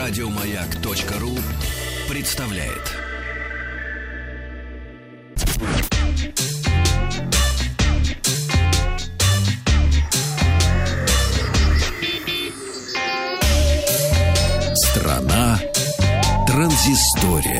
Радиомаяк.ру представляет. Страна транзистория.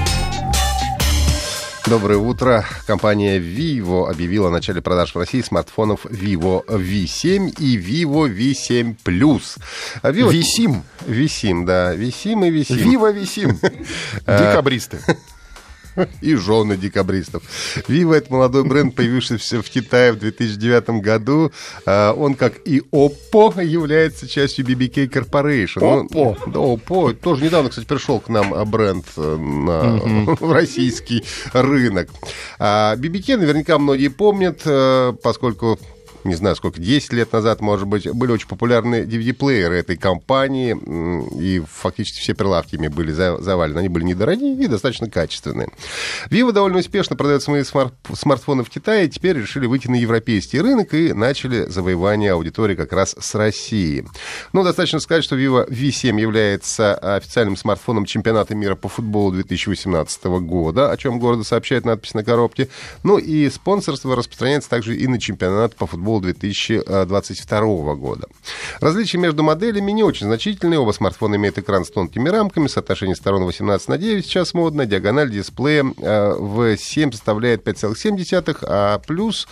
Доброе утро. Компания Vivo объявила о начале продаж в России смартфонов Vivo V7 и Vivo V7 Plus. V7? V7, да. V7 и V7. Vivo V7. Декабристы. И жены декабристов. Vivo — это молодой бренд, появившийся в Китае в 2009 году. Он, как и Oppo, является частью BBK Corporation. Oppo? Да, Oppo. Тоже недавно, кстати, пришел к нам бренд на российский рынок. BBK наверняка многие помнят, поскольку... не знаю, сколько, 10 лет назад, может быть, были очень популярны DVD-плееры этой компании, и фактически все прилавки ими были завалены. Они были недорогие и достаточно качественные. Vivo довольно успешно продает свои смартфоны в Китае, и теперь решили выйти на европейский рынок и начали завоевание аудитории как раз с России. Ну, достаточно сказать, что Vivo V7 является официальным смартфоном чемпионата мира по футболу 2018 года, о чем города сообщает надпись на коробке. Ну, и спонсорство распространяется также и на чемпионат по футболу 2022 года. Различия между моделями не очень значительные. Оба смартфона имеют экран с тонкими рамками, соотношение сторон 18:9 сейчас модно, диагональ дисплея в 7 составляет 5,7, а плюс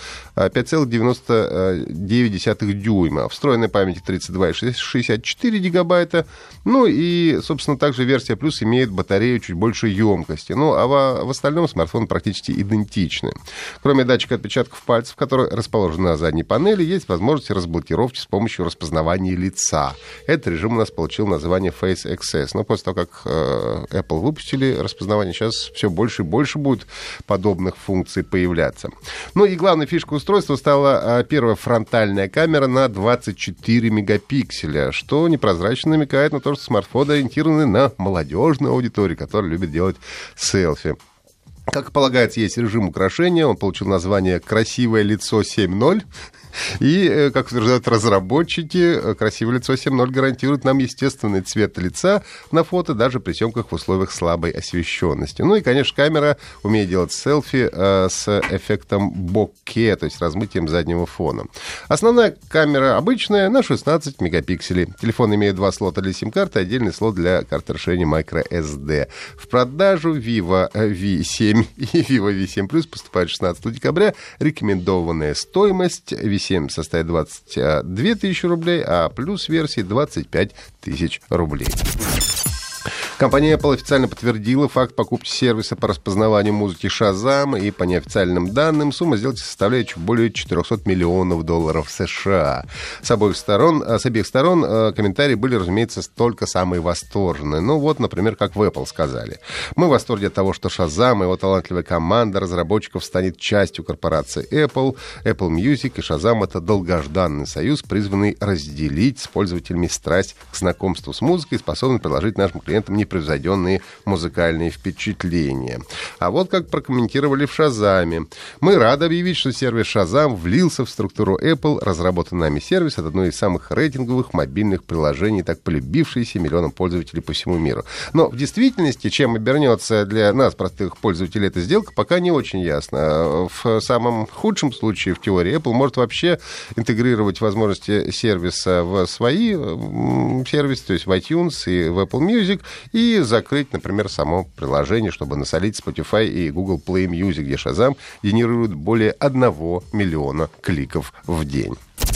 5,99 дюйма. Встроенная память 32,64 гигабайта. Ну и, собственно, также версия плюс имеет батарею чуть больше емкости. Ну, а в остальном смартфоны практически идентичны. Кроме датчика отпечатков пальцев, который расположен на задней панели, есть возможность разблокировки с помощью распознавания лица. Этот режим у нас получил название Face Access. Но после того, как Apple выпустили распознавание, сейчас все больше и больше будет подобных функций появляться. Ну и главной фишкой устройства стала первая фронтальная камера на 24 мегапикселя, что непрозрачно намекает на то, что смартфоны ориентированы на молодежную аудиторию, которая любит делать селфи. Как полагается, есть режим украшения. Он получил название «Красивое лицо 7.0». И, как утверждают разработчики, красивое лицо 7.0 гарантирует нам естественный цвет лица на фото, даже при съемках в условиях слабой освещенности. Ну и, конечно, камера умеет делать селфи с эффектом боке, то есть размытием заднего фона. Основная камера обычная, на 16 мегапикселей. Телефон имеет 2 слота для сим-карты, отдельный слот для карты расширения microSD. В продажу Vivo V7 и Vivo V7 Plus поступает 16 декабря. Рекомендованная стоимость V7 составит 22 тысячи рублей, а плюс версии 25 тысяч рублей. Компания Apple официально подтвердила факт покупки сервиса по распознаванию музыки Shazam, и по неофициальным данным сумма сделки составляет чуть более $400 миллионов США. С обеих сторон комментарии были, разумеется, только самые восторженные. Ну вот, например, как в Apple сказали. Мы в восторге от того, что Shazam и его талантливая команда разработчиков станет частью корпорации Apple. Apple Music и Shazam — это долгожданный союз, призванный разделить с пользователями страсть к знакомству с музыкой, способный предложить нашим клиентам непревзойденные музыкальные впечатления. А вот как прокомментировали в Шазаме. Мы рады объявить, что сервис Shazam влился в структуру Apple. Разработанный нами сервис — это одно из самых рейтинговых мобильных приложений, так полюбившееся миллионам пользователей по всему миру. Но в действительности, чем обернется для нас, простых пользователей, эта сделка, пока не очень ясно. В самом худшем случае, в теории, Apple может вообще интегрировать возможности сервиса в свои сервисы, то есть в iTunes и в Apple Music, и закрыть, например, само приложение, чтобы насолить Spotify и Google Play Music, где Shazam генерирует более 1 миллиона кликов в день.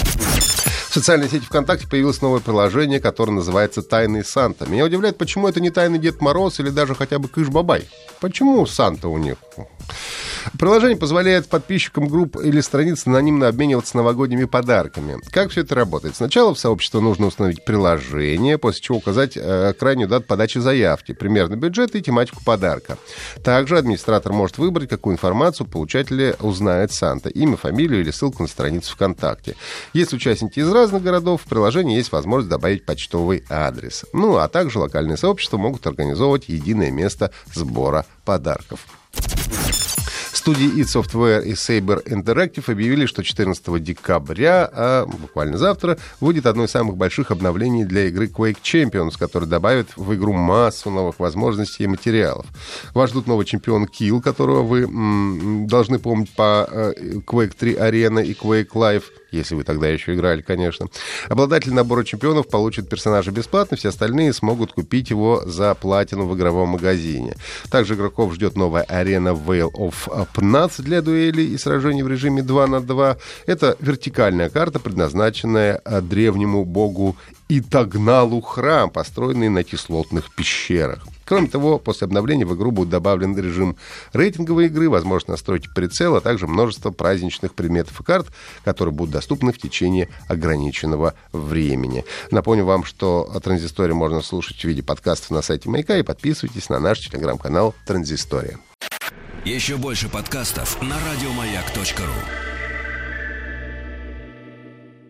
В социальной сети ВКонтакте появилось новое приложение, которое называется «Тайный Санта». Меня удивляет, почему это не Тайный Дед Мороз или даже хотя бы Кыш-Бабай. Почему Санта у них? Приложение позволяет подписчикам групп или страниц анонимно обмениваться новогодними подарками. Как все это работает? Сначала в сообщество нужно установить приложение, после чего указать крайнюю дату подачи заявки, примерный бюджет и тематику подарка. Также администратор может выбрать, какую информацию получатели узнает Санта: имя, фамилию или ссылку на страницу ВКонтакте. Если участники из разных городов, в приложении есть возможность добавить почтовый адрес. Ну, а также локальные сообщества могут организовывать единое место сбора подарков. Студии id Software и Saber Interactive объявили, что 14 декабря, буквально завтра, выйдет одно из самых больших обновлений для игры Quake Champions, который добавит в игру массу новых возможностей и материалов. Вас ждут новый чемпион Kill, которого вы должны помнить по Quake 3 Arena и Quake Live, если вы тогда еще играли, конечно. Обладатель набора чемпионов получит персонажа бесплатно, все остальные смогут купить его за платину в игровом магазине. Также игроков ждет новая арена Vale of Pnats для дуэлей и сражений в режиме 2 на 2. Это вертикальная карта, предназначенная древнему богу Итагналу храм, построенный на кислотных пещерах. Кроме того, после обновления в игру будет добавлен режим рейтинговой игры, возможность настройки прицела, а также множество праздничных предметов и карт, которые будут доступны в течение ограниченного времени. Напомню вам, что Транзисторию можно слушать в виде подкастов на сайте Маяка, и подписывайтесь на наш телеграм-канал Транзистория. Еще больше подкастов на радиомаяк.ру.